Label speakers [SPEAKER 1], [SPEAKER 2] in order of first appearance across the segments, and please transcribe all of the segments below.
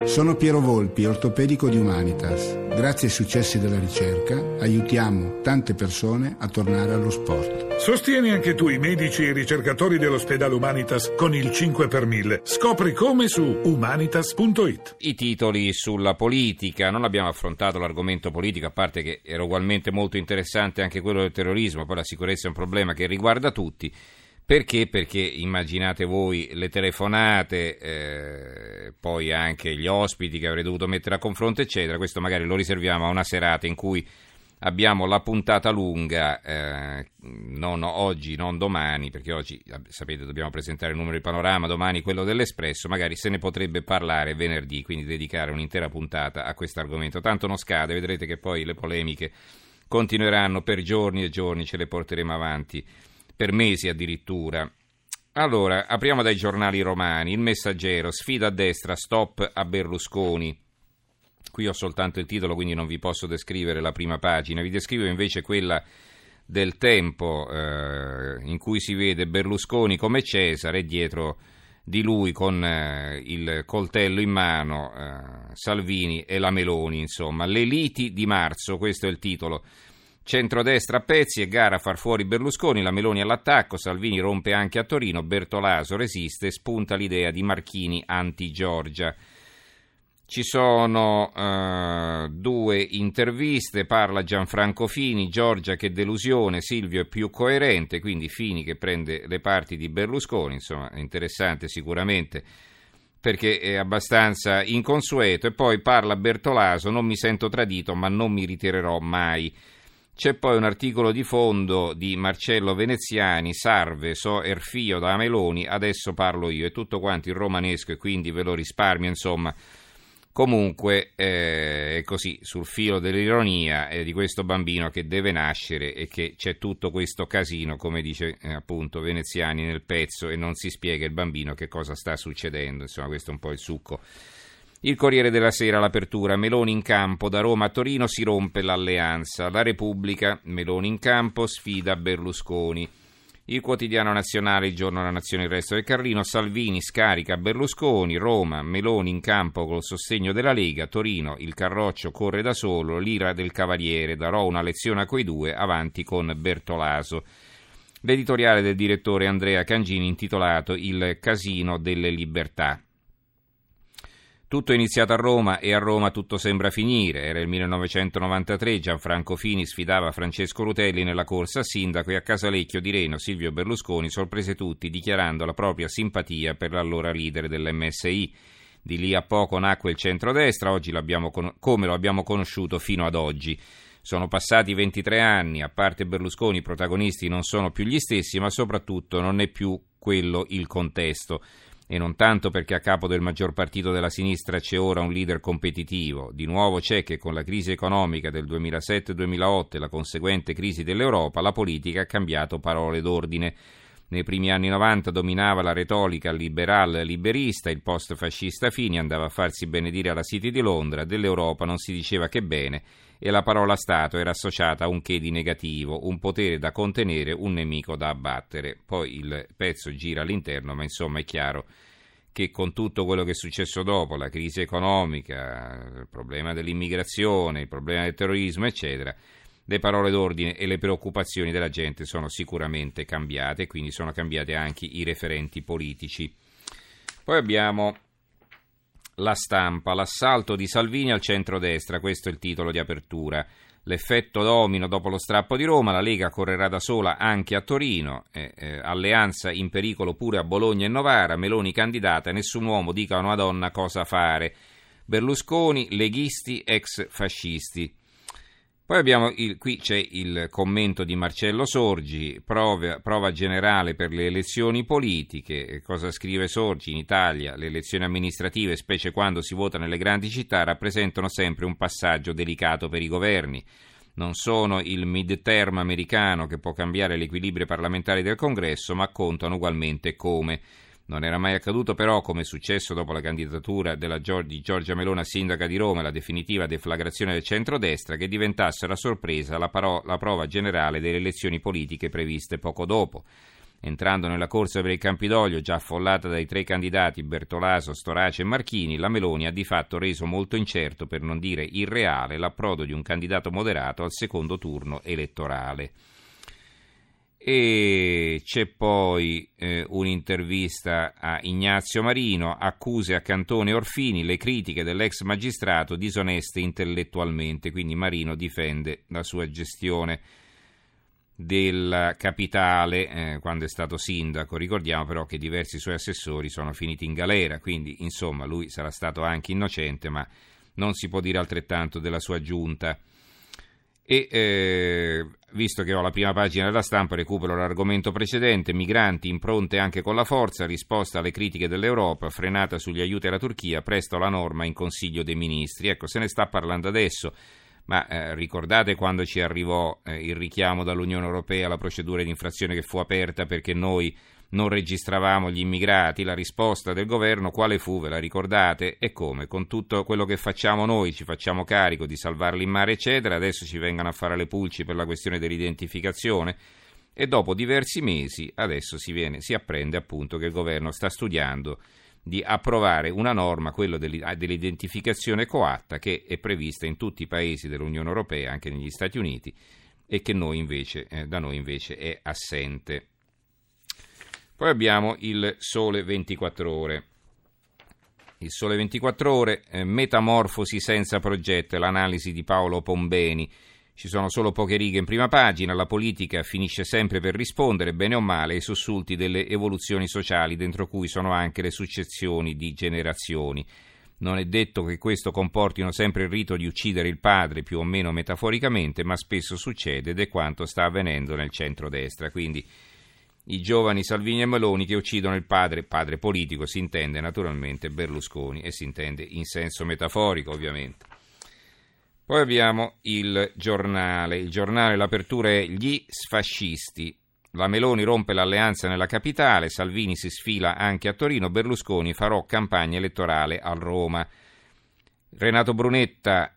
[SPEAKER 1] Sono Piero Volpi, ortopedico di Humanitas. Grazie ai successi della ricerca aiutiamo tante persone a tornare allo sport.
[SPEAKER 2] Sostieni anche tu i medici e i ricercatori dell'ospedale Humanitas con il 5 per 1000. Scopri come su humanitas.it.
[SPEAKER 3] I titoli sulla politica. Non abbiamo affrontato l'argomento politico, a parte che era ugualmente molto interessante anche quello del terrorismo, poi la sicurezza è un problema che riguarda tutti. Perché? Perché immaginate voi le telefonate, poi anche gli ospiti che avrei dovuto mettere a confronto, eccetera. Questo magari lo riserviamo a una serata in cui abbiamo la puntata lunga, non oggi, non domani, perché oggi, sapete, dobbiamo presentare il numero di Panorama, domani quello dell'Espresso, magari se ne potrebbe parlare venerdì, quindi dedicare un'intera puntata a questo argomento. Tanto non scade, vedrete che poi le polemiche continueranno per giorni e giorni, ce le porteremo avanti. Per mesi addirittura. Allora, apriamo dai giornali romani. Il Messaggero, sfida a destra, stop a Berlusconi. Qui ho soltanto il titolo, quindi non vi posso descrivere la prima pagina. Vi descrivo invece quella del Tempo, in cui si vede Berlusconi come Cesare e dietro di lui con il coltello in mano Salvini e la Meloni, insomma. Le liti di marzo, questo è il titolo. Centrodestra a pezzi e gara a far fuori Berlusconi, la Meloni all'attacco, Salvini rompe anche a Torino, Bertolaso resiste, spunta l'idea di Marchini anti-Giorgia. Ci sono due interviste, parla Gianfranco Fini, Giorgia che delusione, Silvio è più coerente, quindi Fini che prende le parti di Berlusconi, insomma è interessante sicuramente perché è abbastanza inconsueto, e poi parla Bertolaso, non mi sento tradito ma non mi ritirerò mai. C'è poi un articolo di fondo di Marcello Veneziani, Sarve, so Erfio da Meloni, adesso parlo io, e tutto quanto in romanesco e quindi ve lo risparmio, insomma. Comunque è così, sul filo dell'ironia di questo bambino che deve nascere e che c'è tutto questo casino, come dice appunto Veneziani nel pezzo, e non si spiega il bambino che cosa sta succedendo, insomma questo è un po' il succo. Il Corriere della Sera, l'apertura, Meloni in campo, da Roma a Torino si rompe l'alleanza, la Repubblica, Meloni in campo, sfida Berlusconi. Il Quotidiano Nazionale, il Giorno della Nazione, il Resto del Carlino, Salvini scarica Berlusconi, Roma, Meloni in campo col sostegno della Lega, Torino, il Carroccio corre da solo, l'ira del Cavaliere, darò una lezione a quei due, avanti con Bertolaso. L'editoriale del direttore Andrea Cangini intitolato Il casino delle libertà. Tutto è iniziato a Roma e a Roma tutto sembra finire. Era il 1993, Gianfranco Fini sfidava Francesco Rutelli nella corsa a sindaco e a Casalecchio di Reno Silvio Berlusconi sorprese tutti dichiarando la propria simpatia per l'allora leader dell'MSI. Di lì a poco nacque il centrodestra, oggi come lo abbiamo conosciuto fino ad oggi. Sono passati 23 anni, a parte Berlusconi i protagonisti non sono più gli stessi, ma soprattutto non è più quello il contesto. E non tanto perché a capo del maggior partito della sinistra c'è ora un leader competitivo. Di nuovo c'è che con la crisi economica del 2007-2008 e la conseguente crisi dell'Europa, la politica ha cambiato parole d'ordine. Nei primi anni 90 dominava la retorica liberal-liberista, il post-fascista Fini andava a farsi benedire alla City di Londra, dell'Europa non si diceva che bene e la parola Stato era associata a un che di negativo, un potere da contenere, un nemico da abbattere. Poi il pezzo gira all'interno, ma insomma è chiaro che con tutto quello che è successo dopo, la crisi economica, il problema dell'immigrazione, il problema del terrorismo, eccetera, le parole d'ordine e le preoccupazioni della gente sono sicuramente cambiate, quindi sono cambiati anche i referenti politici. Poi abbiamo La Stampa, l'assalto di Salvini al centrodestra, questo è il titolo di apertura. L'effetto domino dopo lo strappo di Roma, la Lega correrà da sola anche a Torino, alleanza in pericolo pure a Bologna e Novara, Meloni candidata, nessun uomo dica a una donna cosa fare. Berlusconi, leghisti, ex fascisti. Poi abbiamo qui c'è il commento di Marcello Sorgi, prova generale per le elezioni politiche. Cosa scrive Sorgi? In Italia le elezioni amministrative, specie quando si vota nelle grandi città, rappresentano sempre un passaggio delicato per i governi. Non sono il mid-term americano che può cambiare l'equilibrio parlamentare del Congresso, ma contano ugualmente come. Non era mai accaduto però, come è successo dopo la candidatura di Giorgia Meloni a sindaca di Roma e la definitiva deflagrazione del centrodestra, che diventasse la sorpresa la prova generale delle elezioni politiche previste poco dopo. Entrando nella corsa per il Campidoglio, già affollata dai 3 candidati Bertolaso, Storace e Marchini, la Meloni ha di fatto reso molto incerto, per non dire irreale, l'approdo di un candidato moderato al secondo turno elettorale. E c'è poi un'intervista a Ignazio Marino, accuse a Cantone e Orfini, le critiche dell'ex magistrato disoneste intellettualmente, quindi Marino difende la sua gestione della capitale quando è stato sindaco. Ricordiamo però che diversi suoi assessori sono finiti in galera, quindi insomma lui sarà stato anche innocente, ma non si può dire altrettanto della sua giunta. E visto che ho la prima pagina della Stampa, recupero l'argomento precedente: migranti, impronte anche con la forza, risposta alle critiche dell'Europa, frenata sugli aiuti alla Turchia, presto la norma in Consiglio dei Ministri. Ecco, se ne sta parlando adesso, ma ricordate quando ci arrivò il richiamo dall'Unione Europea alla procedura di infrazione che fu aperta perché noi non registravamo gli immigrati? La risposta del governo quale fu? Ve la ricordate? E come? Con tutto quello che facciamo noi ci facciamo carico di salvarli in mare eccetera, adesso ci vengano a fare le pulci per la questione dell'identificazione? E dopo diversi mesi adesso si apprende appunto che il governo sta studiando di approvare una norma, quello dell'identificazione coatta, che è prevista in tutti i paesi dell'Unione Europea, anche negli Stati Uniti, e che da noi invece è assente. Poi abbiamo il Sole 24 Ore. Il Sole 24 Ore, metamorfosi senza progetto, l'analisi di Paolo Pombeni. Ci sono solo poche righe in prima pagina, la politica finisce sempre per rispondere, bene o male, ai sussulti delle evoluzioni sociali, dentro cui sono anche le successioni di generazioni. Non è detto che questo comportino sempre il rito di uccidere il padre, più o meno metaforicamente, ma spesso succede ed è quanto sta avvenendo nel centrodestra. Quindi i giovani Salvini e Meloni che uccidono il padre politico, si intende naturalmente Berlusconi, e si intende in senso metaforico ovviamente. Poi abbiamo il giornale, l'apertura è gli sfascisti, la Meloni rompe l'alleanza nella capitale, Salvini si sfila anche a Torino, Berlusconi farò campagna elettorale a Roma. Renato Brunetta,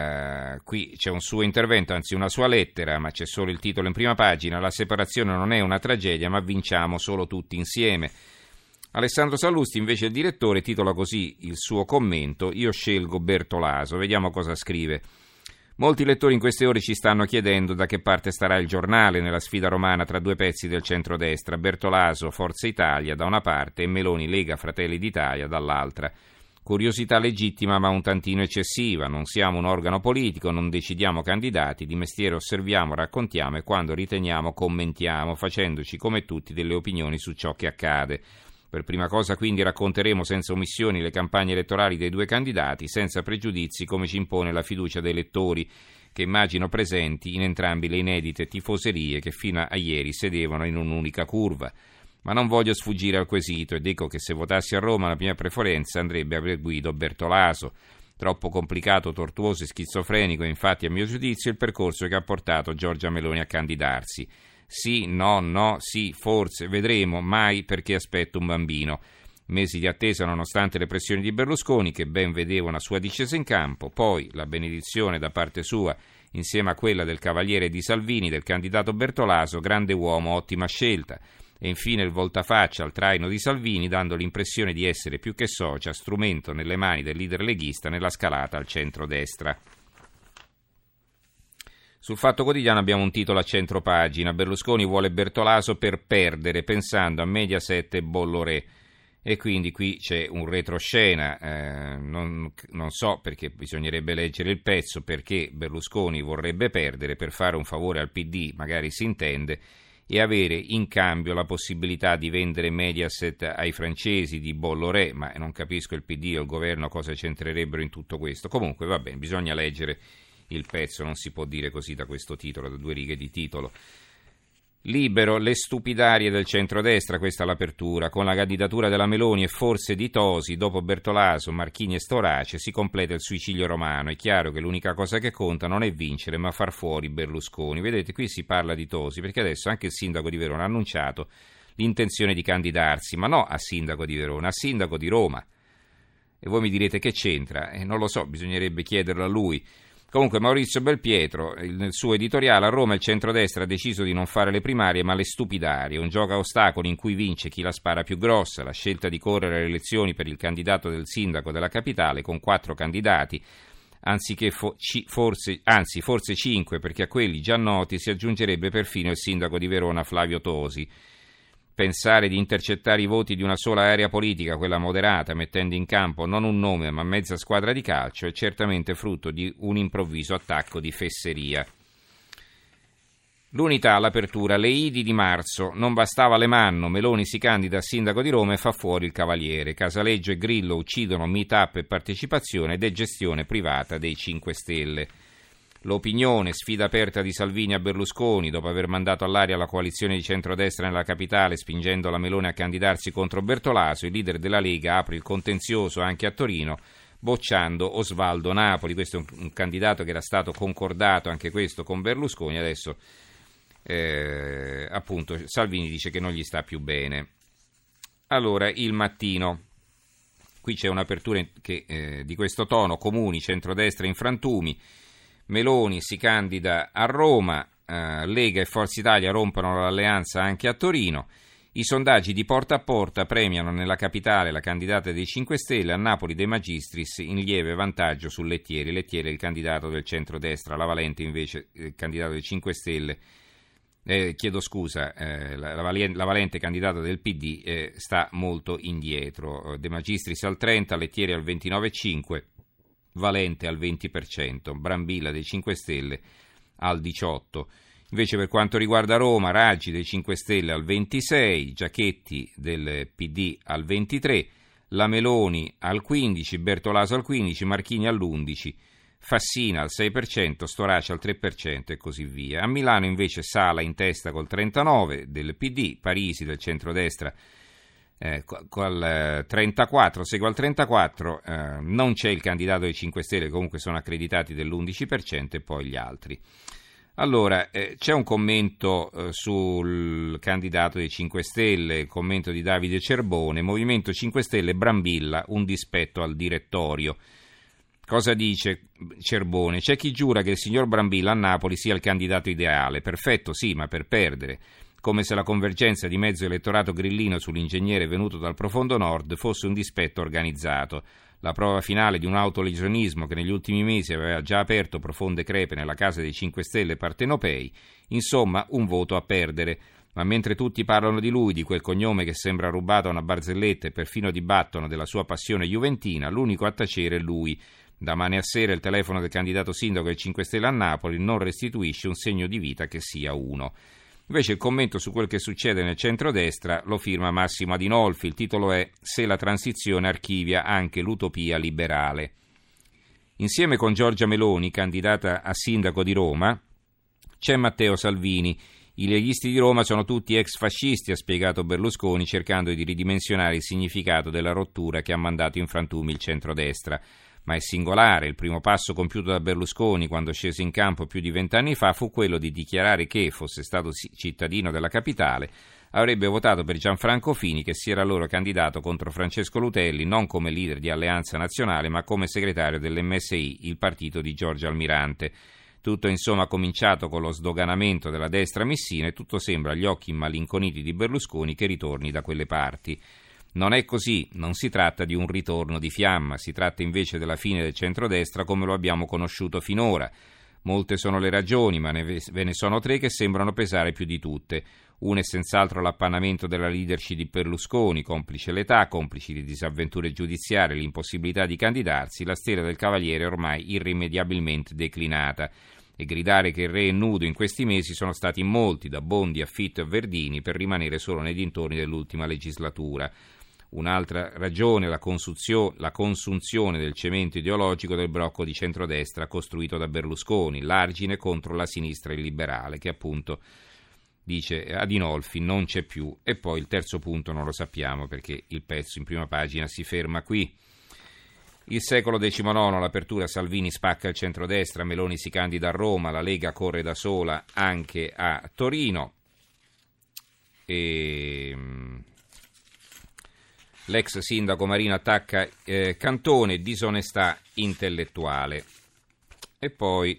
[SPEAKER 3] qui c'è un suo intervento, anzi una sua lettera, ma c'è solo il titolo in prima pagina: la separazione non è una tragedia, ma vinciamo solo tutti insieme. Alessandro Sallusti, invece il direttore, titola così il suo commento: io scelgo Bertolaso. Vediamo cosa scrive. Molti lettori in queste ore ci stanno chiedendo da che parte starà il giornale nella sfida romana tra due pezzi del centrodestra, Bertolaso, Forza Italia da una parte e Meloni, Lega, Fratelli d'Italia dall'altra. Curiosità legittima ma un tantino eccessiva, non siamo un organo politico, non decidiamo candidati, di mestiere osserviamo, raccontiamo e quando riteniamo commentiamo, facendoci come tutti delle opinioni su ciò che accade. Per prima cosa quindi racconteremo senza omissioni le campagne elettorali dei due candidati, senza pregiudizi come ci impone la fiducia dei lettori, che immagino presenti in entrambi le inedite tifoserie che fino a ieri sedevano in un'unica curva. Ma non voglio sfuggire al quesito e dico che se votassi a Roma la mia preferenza andrebbe a Guido Bertolaso. Troppo complicato, tortuoso e schizofrenico infatti a mio giudizio il percorso che ha portato Giorgia Meloni a candidarsi. Sì, no, sì, forse, vedremo, mai perché aspetto un bambino. Mesi di attesa nonostante le pressioni di Berlusconi che ben vedeva una sua discesa in campo, poi la benedizione da parte sua insieme a quella del cavaliere di Salvini, del candidato Bertolaso, grande uomo, ottima scelta. E infine il voltafaccia al traino di Salvini, dando l'impressione di essere più che socia, strumento nelle mani del leader leghista nella scalata al centrodestra. Sul Fatto Quotidiano abbiamo un titolo a centropagina: Berlusconi vuole Bertolaso per perdere, pensando a Mediaset e Bolloré. E quindi qui c'è un retroscena, non so perché bisognerebbe leggere il pezzo, perché Berlusconi vorrebbe perdere per fare un favore al PD, magari si intende, e avere in cambio la possibilità di vendere Mediaset ai francesi di Bolloré, ma non capisco il PD o il governo cosa c'entrerebbero in tutto questo. Comunque va bene, bisogna leggere il pezzo, non si può dire così da questo titolo, da due righe di titolo. Libero, le stupidarie del centrodestra, questa è l'apertura. Con la candidatura della Meloni e forse di Tosi, dopo Bertolaso, Marchini e Storace, si completa il suicidio romano. È chiaro che l'unica cosa che conta non è vincere, ma far fuori Berlusconi. Vedete, qui si parla di Tosi, perché adesso anche il sindaco di Verona ha annunciato l'intenzione di candidarsi, ma no a sindaco di Verona, a sindaco di Roma. E voi mi direte che c'entra? Non lo so, bisognerebbe chiederlo a lui. Comunque Maurizio Belpietro, nel suo editoriale, a Roma il centrodestra ha deciso di non fare le primarie ma le stupidarie, un gioco a ostacoli in cui vince chi la spara più grossa, la scelta di correre alle elezioni per il candidato del sindaco della capitale con 4 candidati, anziché forse 5, perché a quelli già noti si aggiungerebbe perfino il sindaco di Verona Flavio Tosi. Pensare di intercettare i voti di una sola area politica, quella moderata, mettendo in campo non un nome ma mezza squadra di calcio, è certamente frutto di un improvviso attacco di fesseria. L'Unità all'apertura, le Idi di marzo, non bastava Alemanno, Meloni si candida a sindaco di Roma e fa fuori il Cavaliere, Casaleggio e Grillo uccidono meet-up e partecipazione ed è gestione privata dei 5 Stelle. L'Opinione, sfida aperta di Salvini a Berlusconi dopo aver mandato all'aria la coalizione di centrodestra nella capitale spingendo la Meloni a candidarsi contro Bertolaso, il leader della Lega apre il contenzioso anche a Torino bocciando Osvaldo Napoli, questo è un candidato che era stato concordato anche questo con Berlusconi, adesso appunto Salvini dice che non gli sta più bene. Allora Il Mattino, qui c'è un'apertura di questo tono, comuni, centrodestra in frantumi, Meloni si candida a Roma, Lega e Forza Italia rompono l'alleanza anche a Torino, i sondaggi di porta a porta premiano nella capitale la candidata dei 5 Stelle, a Napoli De Magistris in lieve vantaggio su Lettieri, Lettieri è il candidato del centrodestra, La Valente invece il candidato dei 5 Stelle, la Valente candidata del PD sta molto indietro, De Magistris al 30, Lettieri al 29,5%, Valente al 20%, Brambilla dei 5 Stelle al 18%. Invece per quanto riguarda Roma, Raggi dei 5 Stelle al 26%, Giachetti del PD al 23%, la Meloni al 15%, Bertolaso al 15%, Marchini all'11%, Fassina al 6%, Storace al 3% e così via. A Milano invece Sala in testa col 39% del PD, Parisi del centrodestra col 34, segue al 34, non c'è il candidato dei 5 Stelle, comunque sono accreditati dell'11% e poi gli altri. Allora, c'è un commento sul candidato dei 5 Stelle, commento di Davide Cerbone, Movimento 5 Stelle Brambilla, un dispetto al direttorio. Cosa dice Cerbone? C'è chi giura che il signor Brambilla a Napoli sia il candidato ideale, perfetto sì, ma per perdere. Come se la convergenza di mezzo elettorato grillino sull'ingegnere venuto dal profondo nord fosse un dispetto organizzato. La prova finale di un autolesionismo che negli ultimi mesi aveva già aperto profonde crepe nella casa dei 5 Stelle partenopei, insomma un voto a perdere. Ma mentre tutti parlano di lui, di quel cognome che sembra rubato a una barzelletta e perfino dibattono della sua passione juventina, l'unico a tacere è lui. Da mane a sera il telefono del candidato sindaco dei 5 Stelle a Napoli non restituisce un segno di vita che sia uno. Invece il commento su quel che succede nel centrodestra lo firma Massimo Adinolfi, il titolo è Se la transizione archivia anche l'utopia liberale. Insieme con Giorgia Meloni, candidata a sindaco di Roma, c'è Matteo Salvini. I leghisti di Roma sono tutti ex fascisti, ha spiegato Berlusconi, cercando di ridimensionare il significato della rottura che ha mandato in frantumi il centrodestra. Ma è singolare, il primo passo compiuto da Berlusconi quando scese in campo più di 20 anni fa fu quello di dichiarare che, fosse stato cittadino della capitale, avrebbe votato per Gianfranco Fini, che si era allora candidato contro Francesco Lutelli, non come leader di Alleanza Nazionale, ma come segretario dell'MSI, il partito di Giorgio Almirante. Tutto insomma cominciato con lo sdoganamento della destra messina e tutto sembra agli occhi immalinconiti di Berlusconi che ritorni da quelle parti. Non è così, non si tratta di un ritorno di fiamma, si tratta invece della fine del centrodestra come lo abbiamo conosciuto finora. Molte sono le ragioni, ma ve ne sono 3 che sembrano pesare più di tutte. Una è senz'altro l'appannamento della leadership di Berlusconi, complice l'età, complici le disavventure giudiziarie, l'impossibilità di candidarsi, la stella del Cavaliere ormai irrimediabilmente declinata. E gridare che il re è nudo in questi mesi sono stati molti, da Bondi a Fitto e Verdini, per rimanere solo nei dintorni dell'ultima legislatura. Un'altra ragione, la consunzione del cemento ideologico del blocco di centrodestra costruito da Berlusconi, l'argine contro la sinistra illiberale, che appunto, dice Adinolfi, non c'è più. E poi il terzo punto non lo sappiamo perché il pezzo in prima pagina si ferma qui. Il Secolo XIX, l'apertura, Salvini spacca il centrodestra, Meloni si candida a Roma, la Lega corre da sola anche a Torino. L'ex sindaco Marino attacca Cantone, disonestà intellettuale. E poi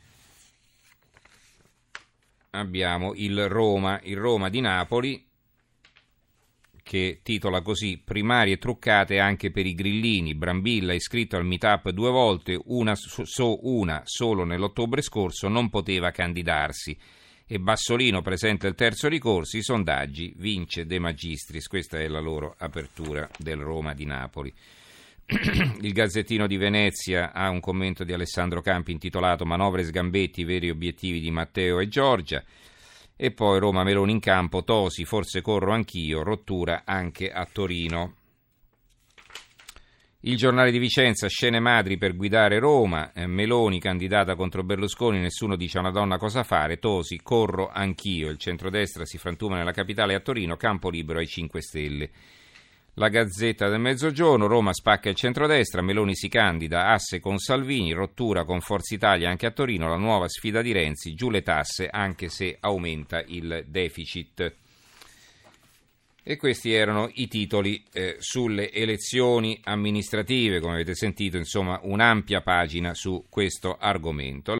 [SPEAKER 3] abbiamo il Roma di Napoli, che titola così: primarie truccate anche per i grillini. Brambilla iscritto al meetup 2 volte, una solo nell'ottobre scorso, non poteva candidarsi. E Bassolino presenta il terzo ricorso, i sondaggi, vince De Magistris. Questa è la loro apertura del Roma di Napoli. Il Gazzettino di Venezia ha un commento di Alessandro Campi intitolato Manovre sgambetti, veri obiettivi di Matteo e Giorgia. E poi Roma Meloni in campo, Tosi, forse corro anch'io, rottura anche a Torino. Il Giornale di Vicenza, scene madri per guidare Roma, Meloni candidata contro Berlusconi, nessuno dice a una donna cosa fare, Tosi, corro anch'io, il centrodestra si frantuma nella capitale a Torino, campo libero ai 5 Stelle. La Gazzetta del Mezzogiorno, Roma spacca il centrodestra, Meloni si candida, asse con Salvini, rottura con Forza Italia anche a Torino, la nuova sfida di Renzi, giù le tasse anche se aumenta il deficit. E questi erano i titoli sulle elezioni amministrative, come avete sentito, insomma un'ampia pagina su questo argomento.